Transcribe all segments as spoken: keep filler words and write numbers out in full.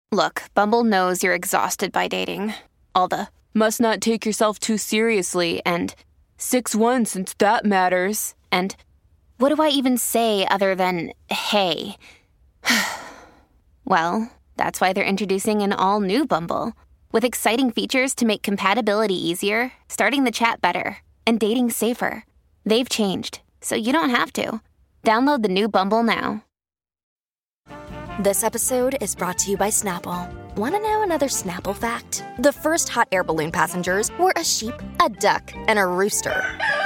Look, Bumble knows you're exhausted by dating. All the must not take yourself too seriously and six one since that matters. And what do I even say other than hey? Well, that's why they're introducing an all-new Bumble with exciting features to make compatibility easier, starting the chat better, and dating safer. They've changed, so you don't have to. Download the new Bumble now. This episode is brought to you by Snapple. Want to know another Snapple fact? The first hot air balloon passengers were a sheep, a duck, and a rooster.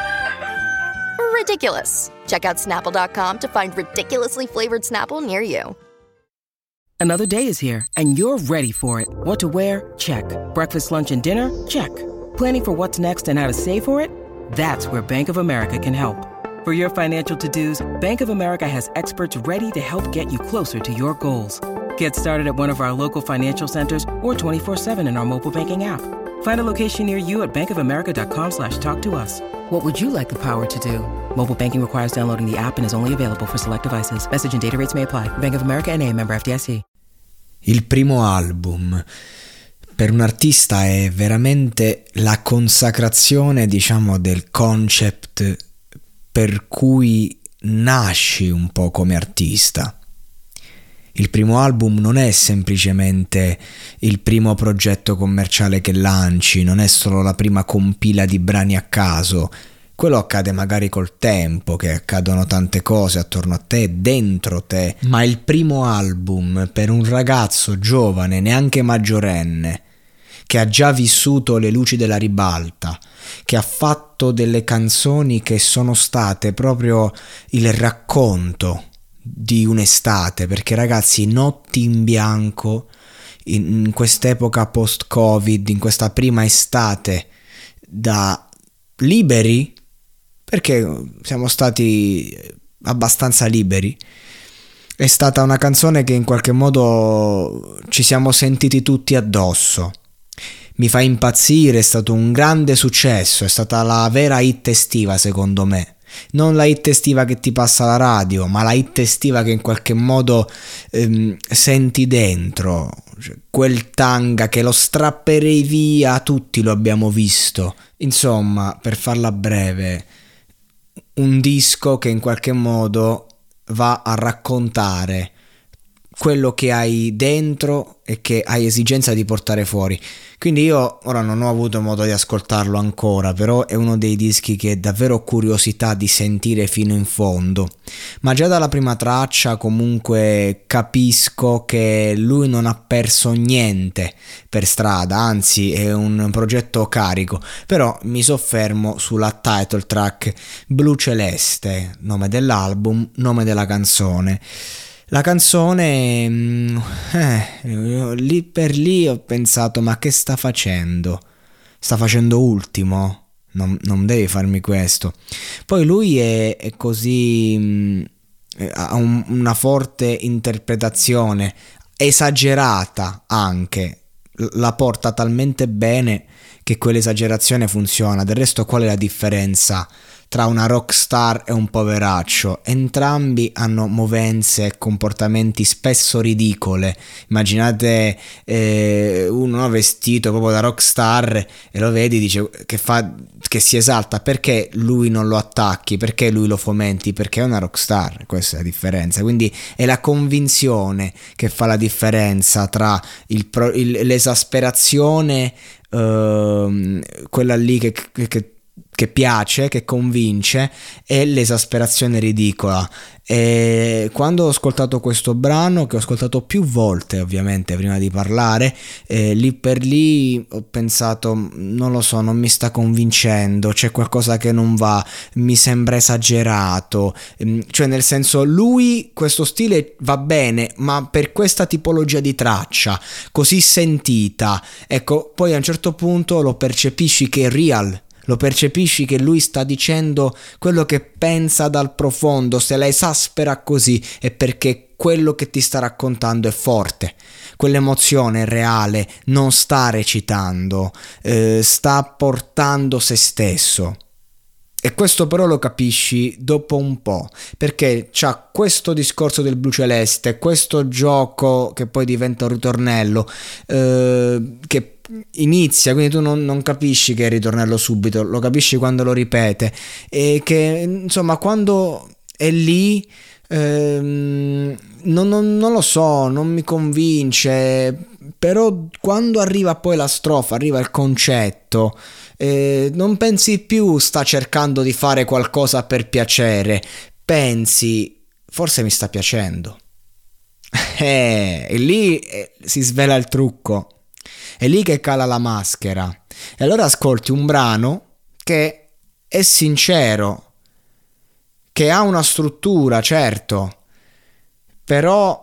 Ridiculous. Check out snapple dot com to find ridiculously flavored Snapple near you. Another day is here, and you're ready for it. What to wear? Check. Breakfast, lunch, and dinner? Check. Planning for what's next and how to save for it? That's where Bank of America can help. For your financial to-dos, Bank of America has experts ready to help get you closer to your goals. Get started at one of our local financial centers or twenty-four seven in our mobile banking app. Find a location near you at bankofamerica.com slash talk to us. What would you like the power to do? Mobile banking requires downloading the app and is only available for select devices. Message and data rates may apply. Bank of America N A, member F D I C. Il primo album per un artista è veramente la consacrazione, diciamo, del concept per cui nasci un po' come artista. Il primo album non è semplicemente il primo progetto commerciale che lanci, non è solo la prima compila di brani a caso. Quello accade magari col tempo, che accadono tante cose attorno a te, dentro te, ma il primo album per un ragazzo giovane, neanche maggiorenne, che ha già vissuto le luci della ribalta, che ha fatto delle canzoni che sono state proprio il racconto di un'estate, perché ragazzi, Notti in bianco, in quest'epoca post-Covid, in questa prima estate da liberi, perché siamo stati abbastanza liberi, è stata una canzone che in qualche modo ci siamo sentiti tutti addosso. Mi fa impazzire, è stato un grande successo, è stata la vera hit estiva secondo me. Non la hit estiva che ti passa la radio, ma la hit estiva che in qualche modo ehm, senti dentro, cioè, quel tanga che lo strapperei via, tutti lo abbiamo visto. Insomma, per farla breve, un disco che in qualche modo va a raccontare quello che hai dentro e che hai esigenza di portare fuori. Quindi io ora non ho avuto modo di ascoltarlo ancora, però è uno dei dischi che davvero ho curiosità di sentire fino in fondo. Ma già dalla prima traccia comunque capisco che lui non ha perso niente per strada, anzi è un progetto carico. Però mi soffermo sulla title track Blu Celeste, nome dell'album, nome della canzone. La canzone, eh, lì per lì ho pensato, ma che sta facendo? Sta facendo ultimo? Non, non devi farmi questo. Poi lui è, è così, ha un, una forte interpretazione, esagerata anche, la porta talmente bene che quell'esagerazione funziona. Del resto qual è la differenza tra una rockstar e un poveraccio? Entrambi hanno movenze e comportamenti spesso ridicole. Immaginate eh, uno vestito proprio da rockstar e lo vedi, dice che fa, che si esalta. Perché lui non lo attacchi? Perché lui lo fomenti? Perché è una rockstar. Questa è la differenza. Quindi è la convinzione che fa la differenza tra il, il, l'esasperazione, uh, quella lì che, che, che che piace, che convince, e l'esasperazione ridicola. E quando ho ascoltato questo brano, che ho ascoltato più volte ovviamente prima di parlare, eh, lì per lì ho pensato, non lo so, non mi sta convincendo, c'è qualcosa che non va, mi sembra esagerato, cioè nel senso, lui questo stile va bene, ma per questa tipologia di traccia così sentita, ecco, poi a un certo punto lo percepisci che è real, lo percepisci che lui sta dicendo quello che pensa dal profondo. Se la esaspera così è perché quello che ti sta raccontando è forte, quell'emozione è reale, non sta recitando, eh, sta portando se stesso. E questo però lo capisci dopo un po', perché c'ha questo discorso del blu celeste, questo gioco che poi diventa un ritornello, eh, che inizia, quindi tu non, non capisci che è il ritornello subito, lo capisci quando lo ripete, e che insomma quando è lì ehm, non, non, non lo so, non mi convince, però quando arriva poi la strofa, arriva il concetto, Eh, non pensi più sta cercando di fare qualcosa per piacere, pensi forse mi sta piacendo. Eh, e lì eh, si svela il trucco, è lì che cala la maschera. E allora ascolti un brano che è sincero, che ha una struttura, certo, però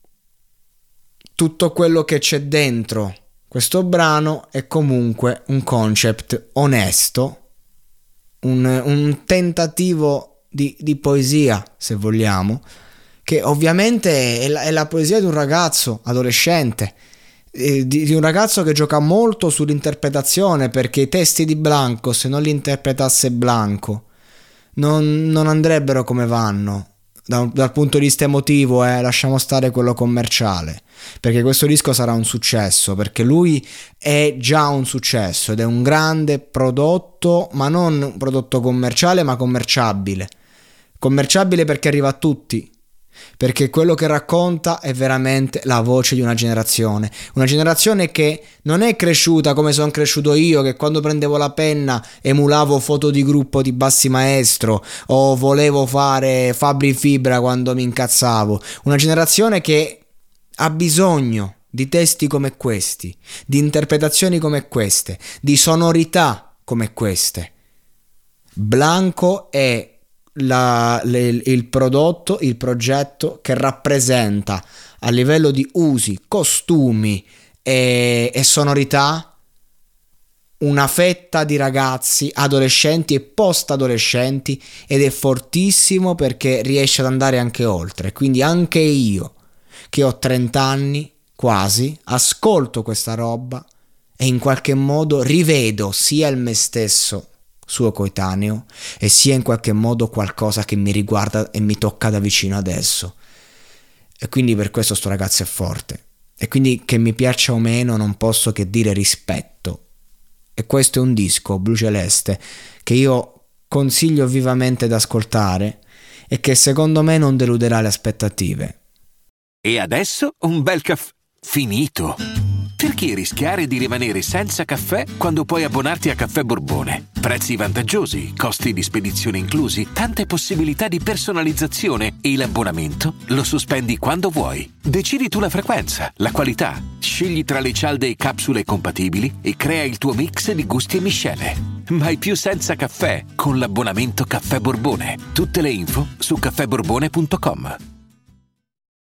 tutto quello che c'è dentro questo brano è comunque un concept onesto, un, un tentativo di, di poesia, se vogliamo, che ovviamente è la, è la poesia di un ragazzo adolescente, eh, di, di un ragazzo che gioca molto sull'interpretazione, perché i testi di Blanco, se non li interpretasse Blanco, non, non andrebbero come vanno. Da, dal punto di vista emotivo, eh, lasciamo stare quello commerciale, perché questo disco sarà un successo, perché lui è già un successo ed è un grande prodotto, ma non un prodotto commerciale, ma commerciabile. Commerciabile perché arriva a tutti, perché quello che racconta è veramente la voce di una generazione, una generazione che non è cresciuta come sono cresciuto io, che quando prendevo la penna emulavo foto di gruppo di Bassi Maestro o volevo fare Fabri Fibra quando mi incazzavo, una generazione che ha bisogno di testi come questi, di interpretazioni come queste, di sonorità come queste. Blanco è La, le, il prodotto, il progetto che rappresenta a livello di usi, costumi e, e sonorità una fetta di ragazzi, adolescenti e post-adolescenti, ed è fortissimo perché riesce ad andare anche oltre. Quindi anche io, che ho trenta anni quasi, ascolto questa roba e in qualche modo rivedo sia il me stesso suo coetaneo e sia in qualche modo qualcosa che mi riguarda e mi tocca da vicino adesso, e quindi per questo sto ragazzo è forte, e quindi che mi piaccia o meno non posso che dire rispetto. E questo è un disco, Blu Celeste, che io consiglio vivamente da ascoltare e che secondo me non deluderà le aspettative. E adesso un bel caffè finito. Perché rischiare di rimanere senza caffè quando puoi abbonarti a Caffè Borbone? Prezzi vantaggiosi, costi di spedizione inclusi, tante possibilità di personalizzazione e l'abbonamento lo sospendi quando vuoi. Decidi tu la frequenza, la qualità, scegli tra le cialde e capsule compatibili e crea il tuo mix di gusti e miscele. Mai più senza caffè con l'abbonamento Caffè Borbone. Tutte le info su caffè borbone punto com.